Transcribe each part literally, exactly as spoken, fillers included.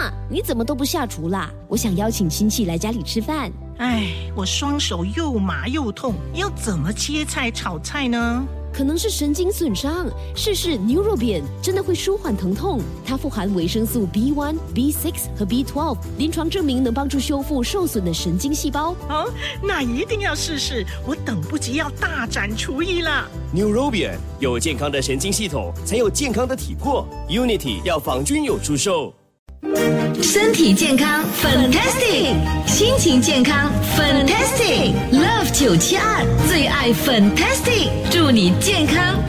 妈，你怎么都不下厨啦？我想邀请亲戚来家里吃饭。 哎，我双手又麻又痛，要怎么切菜炒菜呢？ 可能是神经损伤，试试 Neurobion 真的会舒缓疼痛。它富含维生素 B 一、B 六 和 B十二， 临床证明能帮助修复受损的神经细胞。 哦，那一定要试试，我等不及要大展厨艺了。 Neurobion 有健康的神经系统，才有健康的体魄。Unity 药房均有出售。 身体健康 Fantastic， 心情健康 Fantastic， Love 九七二最爱 Fantastic， 祝你健康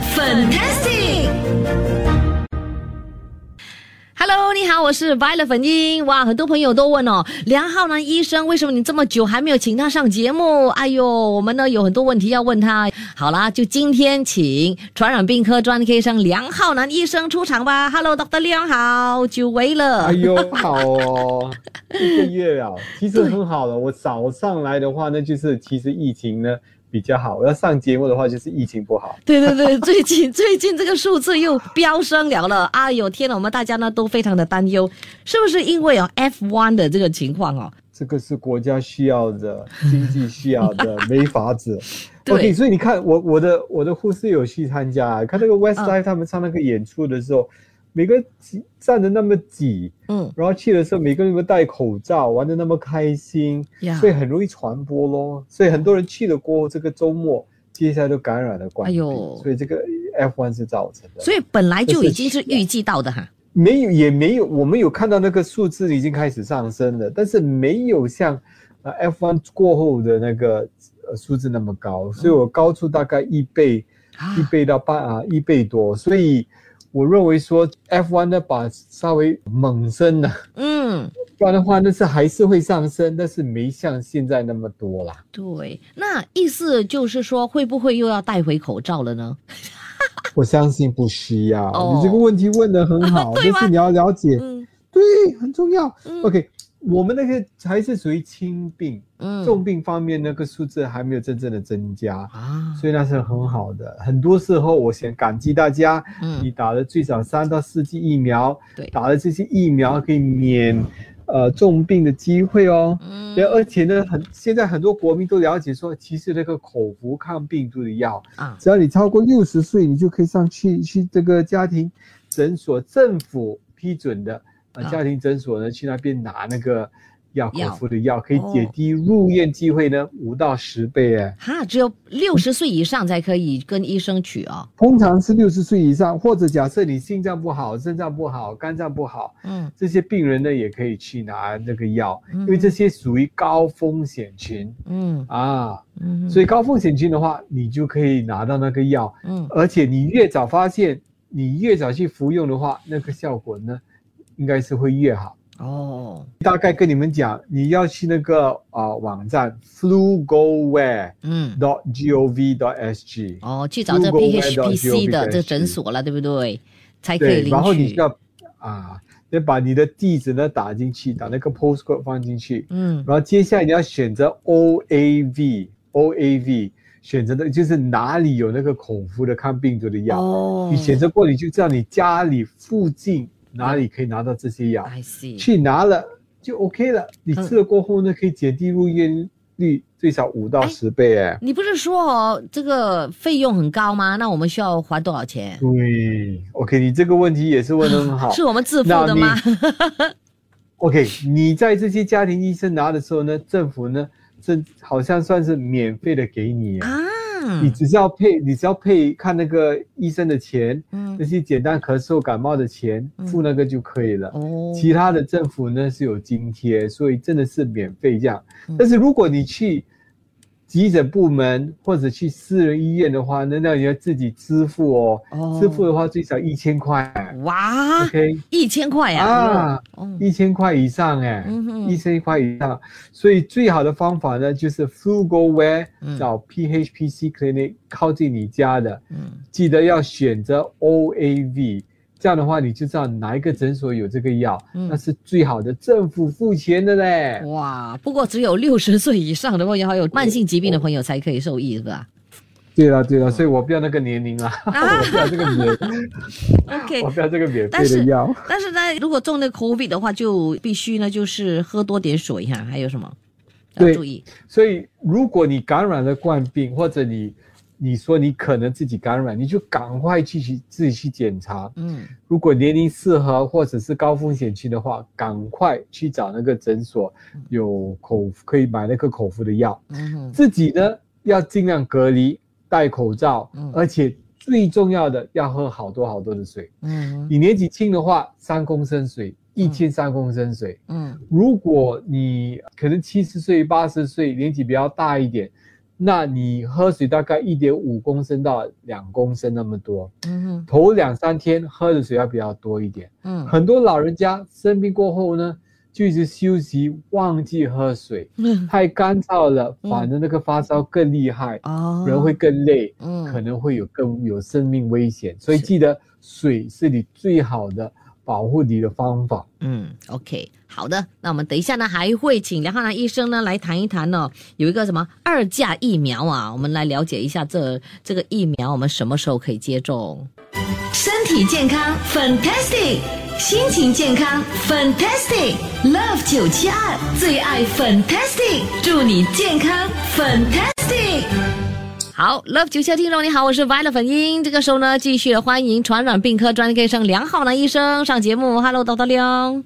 Fantastic。Hello， 你好，我是 Violet 粉英。哇，很多朋友都问哦，梁浩南医生为什么你这么久还没有请他上节目？哎呦，我们呢有很多问题要问他。好啦，就今天请传染病科专科医生梁浩南医生出场吧。Hello，Doctor 梁，好久违了。 哎呦，好哦，一个月啊，其实很好了。我早上来的话呢，就是其实疫情呢比较好，我要上节目的话就是疫情不好。 对对对，最近最近这个数字又飙升了了，哎呦天哪，我们大家呢都非常的担忧，是不是因为哦 F 一 的这个情况哦？ 这个是国家需要的，经济需要的，没法子。OK， 所以你看我我的我的护士有去参加，看那个 Westlife 他们唱那个演出的时候。每个站得那么挤，嗯，然后去的时候每个人都戴口罩，玩得那么开心， yeah. 所以很容易传播咯。所以很多人去了过后，这个周末接下来都感染了冠病，哎呦，所以这个 F 一 是造成的。 所以本来就已经是预计到的哈。 没有，也没有，我们有看到那个数字已经开始上升了，但是没有像呃 F 一 过后的那个呃数字那么高，所以我高出大概一倍，嗯、一倍到八啊一倍多，所以。我认为说 F 一 呢把稍微猛升了，嗯，不然的话那是还是会上升，但是没像现在那么多啦。 对，那意思就是说会不会又要戴回口罩了呢？ 我相信不需要，哦、你这个问题问得很好，但是你要了解，嗯、对，很重要。嗯、OK。我们那个还是属于轻病，嗯，重病方面那个数字还没有真正的增加啊，所以那是很好的。很多时候，我想感激大家，嗯，你打了最少三到四剂疫苗，对，打了这些疫苗可以免呃重病的机会哦，嗯，而且呢，很现在很多国民都了解说，其实那个口服抗病毒的药啊，只要你超过六十岁，你就可以上去去这个家庭诊所，政府批准的。呃，家庭诊所呢，去那边拿那个药，口服的药，可以减低入院机会呢五到十倍哎。 哈，只有六十岁以上才可以跟医生取哦。 通常是六十岁以上，或者假设你心脏不好、肾脏不好、肝脏不好，嗯，这些病人呢也可以去拿那个药，嗯、因为这些属于高风险群，嗯啊，嗯，所以高风险群的话，你就可以拿到那个药，嗯，而且你越早发现，你越早去服用的话，那个效果呢？应该是会越好哦。大概跟你们讲，你要去那个啊、呃、网站 flugoware 嗯 .gov .sg 哦，去找这 P H P C 的这诊所了，对不对？才可以领取。 然后你要啊，你把你的地址呢打进去，把那个 postcode 放进去，嗯，然后接下来你要选择 O A V O A V。选择的就是哪里有那个口服的抗病毒的药，哦，你选择过你就知道你家里附近哪里可以拿到这些药， I see. 去拿了就 OK 了。你吃了过后呢，可以减低入院率最少五到十倍哎。 你不是说哦，这个费用很高吗？那我们需要还多少钱？ 对 ，OK， 你这个问题也是问得很好。 是我们自付的吗 ？OK， 你在这些家庭医生拿的时候呢，政府呢？这好像算是免费的给你啊，你只是要配，你只要配看那个医生的钱，嗯，那些简单咳嗽、感冒的钱，付那个就可以了。哦，其他的政府呢是有津贴，所以真的是免费这样。但是如果你去急诊部门或者去私人医院的话，那那你要自己支付哦。哦，支付的话最少一千块。 哇 ，OK， 一千块呀！ 啊，一千块以上哎，一千块以上。所以最好的方法呢，就是 flugoware 找 P H P C clinic 靠近你家的，嗯，记得要选择 O A V。这样的话，你就知道哪一个诊所有这个药，嗯、那是最好的，政府付钱的嘞。 哇，不过只有六十岁以上的朋友，还有慢性疾病的朋友才可以受益，是吧？ 对了对了，所以我不要那个年龄啊，我不要这个免 ，OK， 我不要这个免费的药。 但是呢，如果中那个 COVID 的话，就必须呢就是喝多点水哈，还有什么要注意？ 所以如果你感染了冠病，或者你你说你可能自己感染，你就赶快去自己去检查。嗯，如果年龄适合或者是高风险区的话，赶快去找那个诊所，有口可以买那个口服的药。嗯，自己呢要尽量隔离，戴口罩，嗯，而且最重要的要喝好多好多的水。嗯，你年纪轻的话，三公升水，一天三公升水。嗯，如果你可能七十岁、八十岁，年纪比较大一点。那你喝水大概 一点五公升到两公升那么多，嗯哼，头两三天喝的水要比较多一点，嗯，很多老人家生病过后呢，就一直休息，忘记喝水，嗯，太干燥了，反而那个发烧更厉害，哦，人会更累，嗯，可能会有更有生命危险，所以记得水是你最好的保护你的方法。 嗯 ，OK， 好的，那我们等一下呢还会请梁浩南医生呢来谈一谈呢，有一个什么二价疫苗啊，我们来了解一下这这个疫苗我们什么时候可以接种。 身体健康 Fantastic， 心情健康 Fantastic， Love 九七二最爱 Fantastic， 祝你健康 Fantastic。 好 ，Love 九七二听众你好，我是 Violet 粉英。这个时候呢，继续欢迎传染病科专科医生梁浩南医生上节目。Hello， doctor Leong。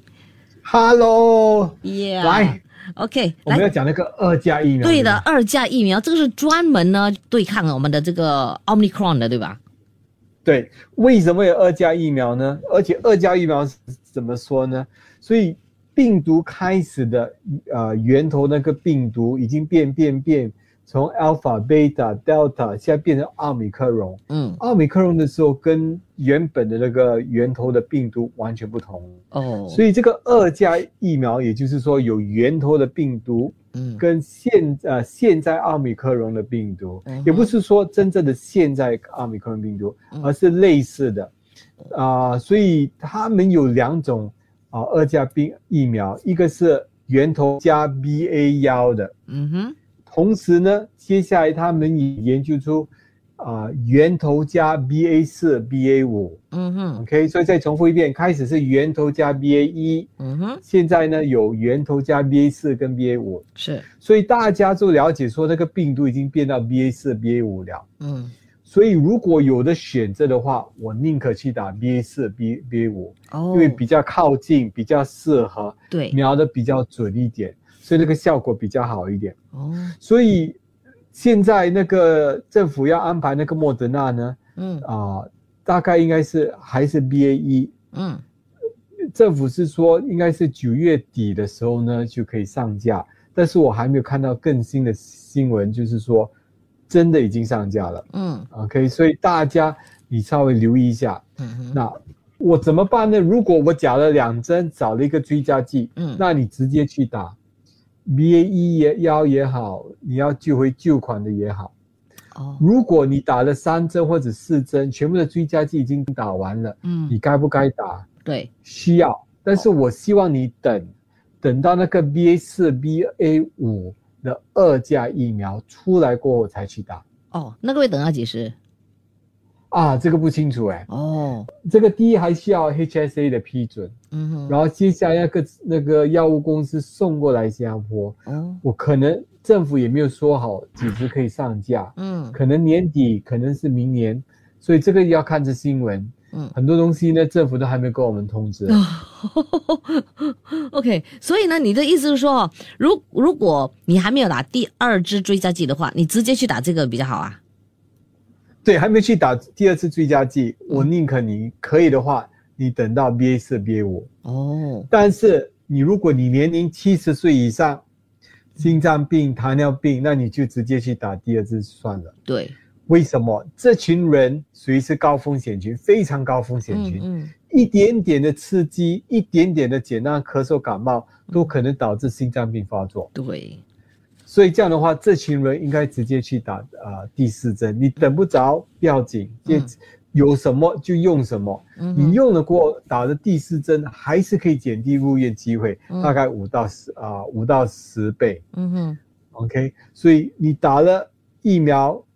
Hello， yeah， 来 ，OK， 我们要讲那个二价疫苗。 对的，二价疫苗，这个是专门呢对抗我们的这个 Omicron 的，对吧？ 对，为什么有二价疫苗呢？而且二价疫苗怎么说呢？所以病毒开始的呃源头那个病毒已经变变变。从 Alpha、Beta、Delta 现在变成奥米克戎，嗯，奥米克戎的时候跟原本的那个源头的病毒完全不同哦，所以这个二价疫苗，也就是说有源头的病毒，嗯，跟现呃现在奥米克戎的病毒，嗯，也不是说真正的现在奥米克戎病毒，嗯，而是类似的，啊，呃，所以他们有两种啊，呃、二价病疫苗，一个是源头加 B A 一 的，嗯哼。同时呢，接下来他们也研究出啊、呃、源头加 B A 四、B A 五， 嗯哼 ，OK， 所以再重复一遍，开始是源头加 B A 一， 嗯哼，现在呢有源头加 B A 四 跟 B A 五， 是，所以大家就了解说那个病毒已经变到 B A 四、B A 五 了，嗯，所以如果有的选择的话，我宁可去打 B A 四、B A 五，哦，因为比较靠近，比较适合，对，瞄得比较准一点。所以那个效果比较好一点哦，所以现在那个政府要安排那个莫德纳呢，嗯啊、呃，大概应该是还是 B A 一， 嗯，政府是说应该是九月底的时候呢就可以上架，但是我还没有看到更新的新闻，就是说真的已经上架了，嗯 ，OK， 所以大家你稍微留意一下，嗯，那我怎么办呢？如果我打了两针，找了一个追加剂，嗯，那你直接去打。B A 一 也要也好，你要救回旧款的也好。哦，如果你打了三针或者四针，全部的追加剂已经打完了，嗯，你该不该打？ 对， 需要。但是我希望你等，哦，等到那个 B A 四、B A 五 的二价疫苗出来过后才去打。 哦，那个会等到几时？ 啊，这个不清楚哎。哦，这个第一还需要 H S A 的批准，嗯哼，然后接下来那个那个药物公司送过来新加坡，哦，我可能政府也没有说好几时可以上架，嗯，可能年底，可能是明年，所以这个要看着新闻，嗯，很多东西呢政府都还没跟我们通知。 OK， 所以呢，你的意思是说，如如果你还没有打第二支追加剂的话，你直接去打这个比较好啊？ 对，还没去打第二次追加剂，我宁可你可以的话，你等到 B A 四、B A 五。哦。但是你如果你年龄七十岁以上，心脏病、糖尿病，那你就直接去打第二支算了。 对。 为什么？这群人属于是高风险群，非常高风险群。嗯嗯。一点点的刺激，一点点的简单咳嗽、感冒，都可能导致心脏病发作。 对。 所以这样的话，这群人应该直接去打呃第四针，你等不着不要紧，就有什么就用什么。嗯、你用了过打的第四针，还是可以减低入院机会，嗯、大概五到十啊五到十倍。嗯哼 ，OK， 所以你打了疫苗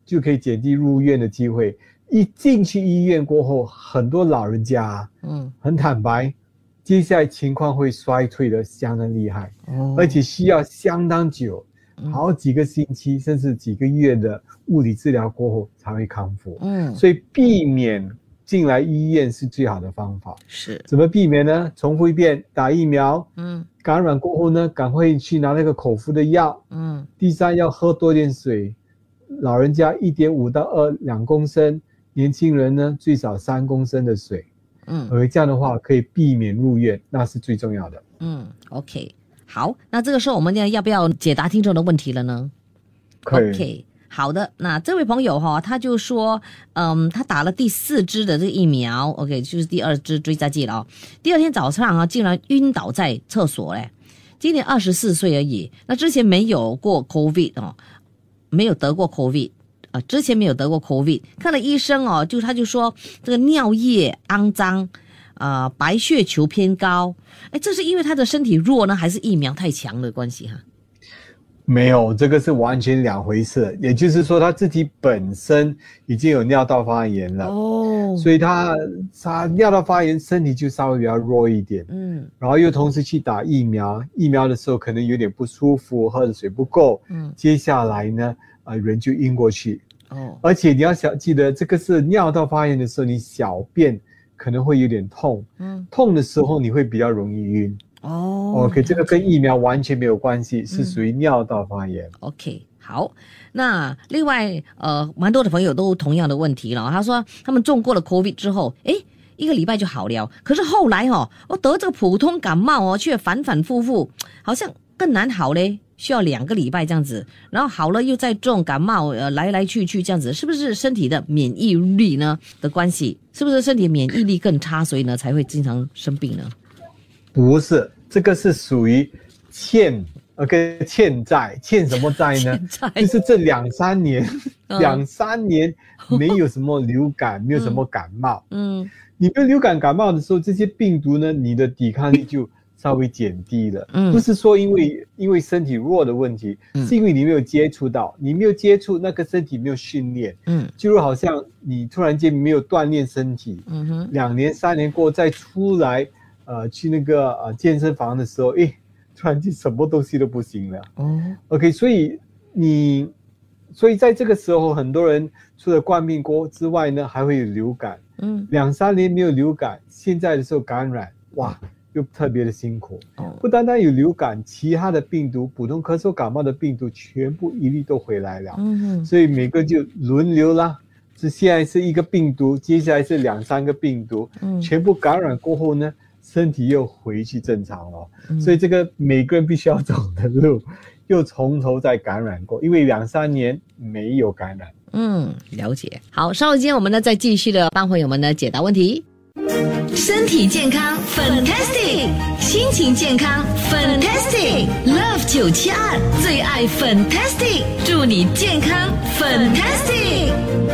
就可以减低入院的机会。一进去医院过后，很多老人家，嗯，很坦白，接下来情况会衰退的相当厉害，哦，而且需要相当久，好几个星期甚至几个月的物理治疗过后才会康复。嗯，所以避免进来医院是最好的方法。 是怎么避免呢？重复一遍，打疫苗，嗯，感染过后呢，赶快去拿那个口服的药，嗯，第三要喝多点水，老人家一点五到二两公升。年轻人呢，最少三公升的水，嗯，而这样的话可以避免入院，那是最重要的。 嗯 ，OK， 好，那这个时候我们要不要解答听众的问题了呢？ 可以。 OK， 好的，那这位朋友哈、哦，他就说，嗯，他打了第四支的这个疫苗 ，OK， 就是第二支追加剂了哦。第二天早上啊，竟然晕倒在厕所嘞，今年二十四岁而已，那之前没有过 COVID 哦，没有得过 COVID。啊，之前没有得过 COVID， 看了医生哦，就他就说这个尿液肮脏，啊、呃，白血球偏高，哎，这是因为他的身体弱呢，还是疫苗太强的关系哈？ 没有，这个是完全两回事。也就是说，他自己本身已经有尿道发炎了，哦，所以他他尿道发炎，身体就稍微比较弱一点，嗯，然后又同时去打疫苗，疫苗的时候可能有点不舒服，喝的水不够，嗯，接下来呢？啊，人就晕过去哦，而且你要想记得，这个是尿道发炎的时候，你小便可能会有点痛，嗯，痛的时候你会比较容易晕哦。OK， 这个跟疫苗完全没有关系，是属于尿道发炎。 嗯、OK， 好，那另外呃，蛮多的朋友都同样的问题了，他说他们中过了 COVID 之后，诶，一个礼拜就好了，可是后来哦，我得这个普通感冒哦，却反反复复，好像更难好嘞。需要两个礼拜这样子，然后好了又再重感冒，呃，来来去去这样子，是不是身体的免疫力呢的关系？是不是身体免疫力更差，所以呢才会经常生病呢？ 不是，这个是属于欠 ，OK， 欠债，欠什么债呢？欠债就是这两三年，嗯、两三年没有什么流感，没有什么感冒，嗯，你没有流感感冒的时候，这些病毒呢，你的抵抗力就稍微减低了，嗯，不是说因为因为身体弱的问题，嗯，是因为你没有接触到，你没有接触那个身体没有训练，嗯，就好像你突然间没有锻炼身体，嗯哼，两年三年过后再出来，呃，去那个呃健身房的时候，诶，突然间什么东西都不行了，哦 ，OK， 所以你，所以在这个时候，很多人除了冠病过之外呢，还会有流感，嗯，两三年没有流感，现在的时候感染，哇！又特别的辛苦，不单单有流感，其他的病毒，普通咳嗽感冒的病毒全部一律都回来了，嗯，所以每个就轮流啦，是现在是一个病毒，接下来是两三个病毒，嗯，全部感染过后呢，身体又回去正常了，嗯，所以这个每个人必须要走的路，又从头再感染过，因为两三年没有感染。 嗯，了解。好，稍后间我们呢再继续的帮朋友们呢解答问题。 身体健康 Fantastic， 心情健康 Fantastic， Love 九七二最爱 Fantastic， 祝你健康 Fantastic。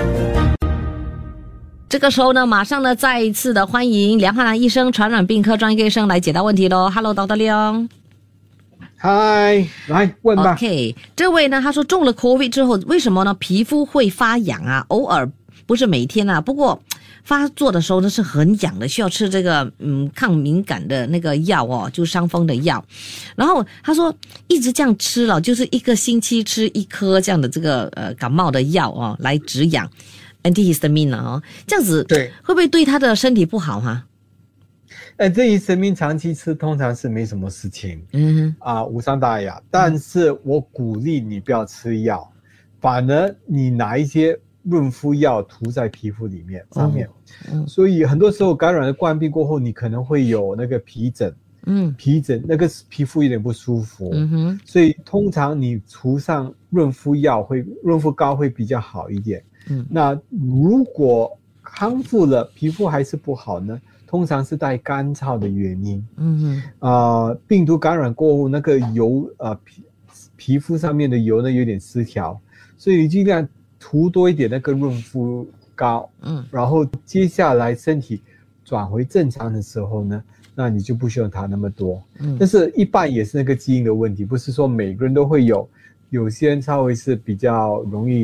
这个时候呢，马上呢再一次的欢迎梁汉兰医生，传染病科专业医生来解答问题咯。Hello， Doctor Leong。 嗨，来问吧。 OK， 这位呢，他说中了 COVID 之后，为什么呢？皮肤会发痒啊？偶尔，不是每天啊。不过发作的时候呢是很痒的，需要吃这个嗯抗敏感的那个药哦，就伤风的药。然后他说一直这样吃了，就是一个星期吃一颗这样的这个呃感冒的药哦，来止痒 antihistamine 哦，这样子对会不会对他的身体不好哈、啊？ 呃，这一生命长期吃通常是没什么事情，嗯啊、呃，无伤大雅。但是我鼓励你不要吃药，反而你拿一些润肤药涂在皮肤里面上面。嗯，所以很多时候感染了冠病过后，你可能会有那个皮疹，嗯，皮疹那个皮肤有点不舒服，嗯哼，所以通常你涂上润肤药会润肤膏会比较好一点。嗯，那如果康复了，皮肤还是不好呢？通常是带干燥的原因，嗯哼，呃，病毒感染过后，那个油，呃，皮皮肤上面的油呢有点失调，所以你尽量涂多一点那个润肤膏，嗯，然后接下来身体转回正常的时候呢，那你就不需要它那么多，嗯，但是一半也是那个基因的问题，不是说每个人都会有，有些人稍微是比较容易，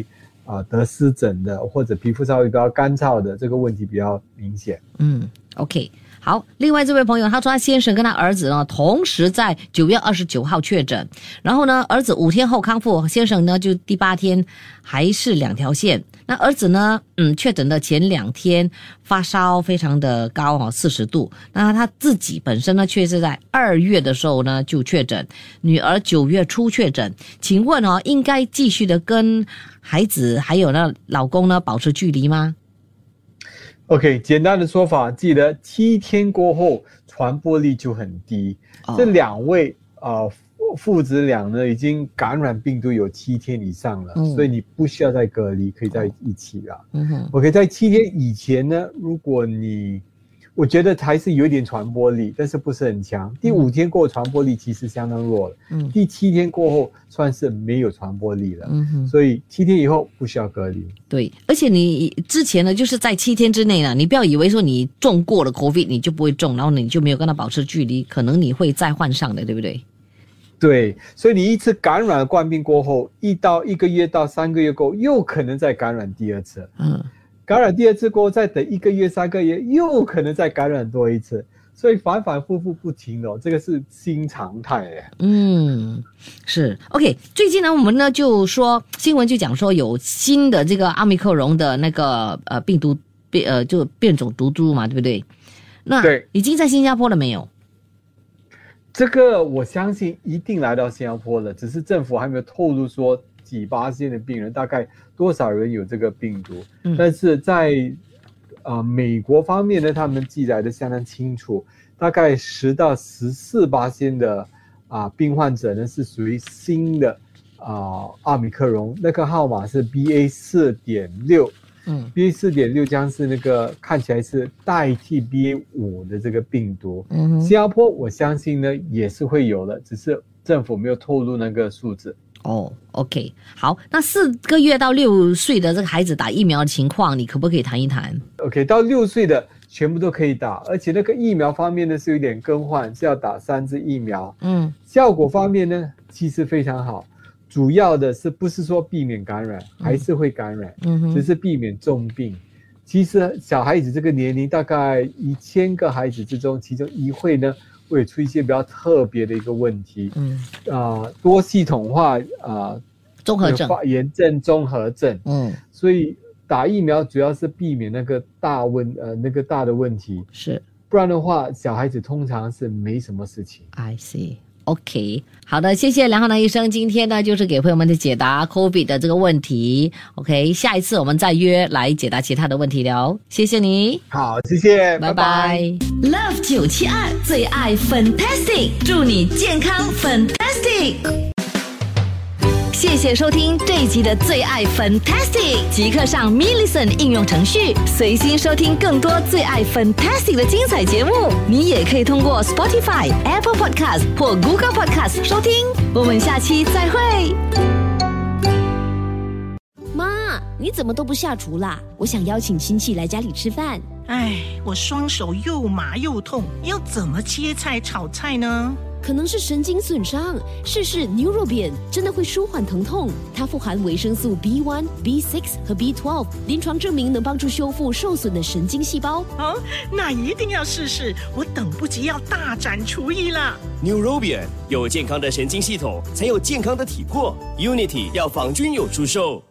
啊、呃、得湿疹的，或者皮肤稍微比较干燥的，这个问题比较明显。 嗯 ，OK。好，另外这位朋友他说他先生跟他儿子呢同时在九月二十九号确诊，然后呢儿子五天后康复，先生呢就第八天还是两条线。那儿子呢嗯确诊的前两天发烧非常的高哦，四十度。那他自己本身呢却是在二月的时候呢就确诊，女儿九月初确诊。请问哦应该继续的跟孩子还有呢老公呢保持距离吗 ？OK， 简单的说法，记得七天过后传播力就很低。哦、这两位呃父子俩呢，已经感染病毒有七天以上了，嗯、所以你不需要再隔离，可以在一起了。嗯哼 OK， 在七天以前呢，如果你我觉得还是有一点传播力，但是不是很强。第五天过后传播力其实相当弱了，嗯，第七天过后算是没有传播力了，嗯哼，所以七天以后不需要隔离。 对，而且你之前呢，就是在七天之内呢，你不要以为说你中过了 COVID 你就不会中，然后你就没有跟他保持距离，可能你会再患上的，对不对？ 对，所以你一次感染冠病过后，一到一个月到三个月过后，又可能再感染第二次，嗯。感染第二次过后，再等一个月、三个月，又可能再感染多一次，所以反反复复不停哦，这个是新常态耶。 嗯，是 OK。最近呢，我们呢就说新闻就讲说有新的这个奥密克戎的那个呃病毒变呃就变种毒株嘛，对不对？那对，已经在新加坡了没有？ 这个我相信一定来到新加坡了，只是政府还没有透露说几巴仙的病人，大概多少人有这个病毒。嗯、但是在呃美国方面呢，他们记载的相当清楚，大概十到十四巴仙的啊、呃、病患者呢是属于新的啊、呃、奥密克戎，那个号码是 B A 四点六。嗯 ，B A 四点六 将是那个看起来是代替 B A 五 的这个病毒。嗯，新加坡我相信呢也是会有的，只是政府没有透露那个数字。 哦 ，OK， 好，那四个月到六岁的这个孩子打疫苗的情况，你可不可以谈一谈 ？OK， 到六岁的全部都可以打，而且那个疫苗方面呢是有点更换，是要打三支疫苗。嗯，效果方面呢其实非常好。主要的是不是说避免感染，还是会感染，嗯、只是避免重病。其实小孩子这个年龄，大概一千个孩子之中，其中一会呢会出一些比较特别的一个问题，嗯啊、呃，多系统化啊、呃、 综合症、 炎症综合症，嗯，所以打疫苗主要是避免那个大问呃那个大的问题， 是， 不然的话，小孩子通常是没什么事情。 I see。OK， 好的，谢谢梁浩南医生。今天呢，就是给朋友们的解答 COVID 的这个问题。OK， 下一次我们再约来解答其他的问题聊。谢谢你。 好，谢谢， 拜拜。 Love 九七二最爱 Fantastic， 祝你健康 Fantastic。谢谢收听这一集的最爱 Fantastic， 即刻上 Me Listen 应用程序，随心收听更多最爱 Fantastic 的精彩节目。你也可以通过 Spotify、Apple Podcast 或 Google Podcast 收听。我们下期再会。 妈，你怎么都不下厨啦？我想邀请亲戚来家里吃饭。 哎，我双手又麻又痛，要怎么切菜炒菜呢？ 可能是神经损伤，试试 Neurobion 真的会舒缓疼痛。它富含维生素 B 一、B 六 和 B十二， 临床证明能帮助修复受损的神经细胞。 哦，那一定要试试，我等不及要大展厨艺了。 Neurobion 有健康的神经系统，才有健康的体魄。Unity 要仿菌有出售。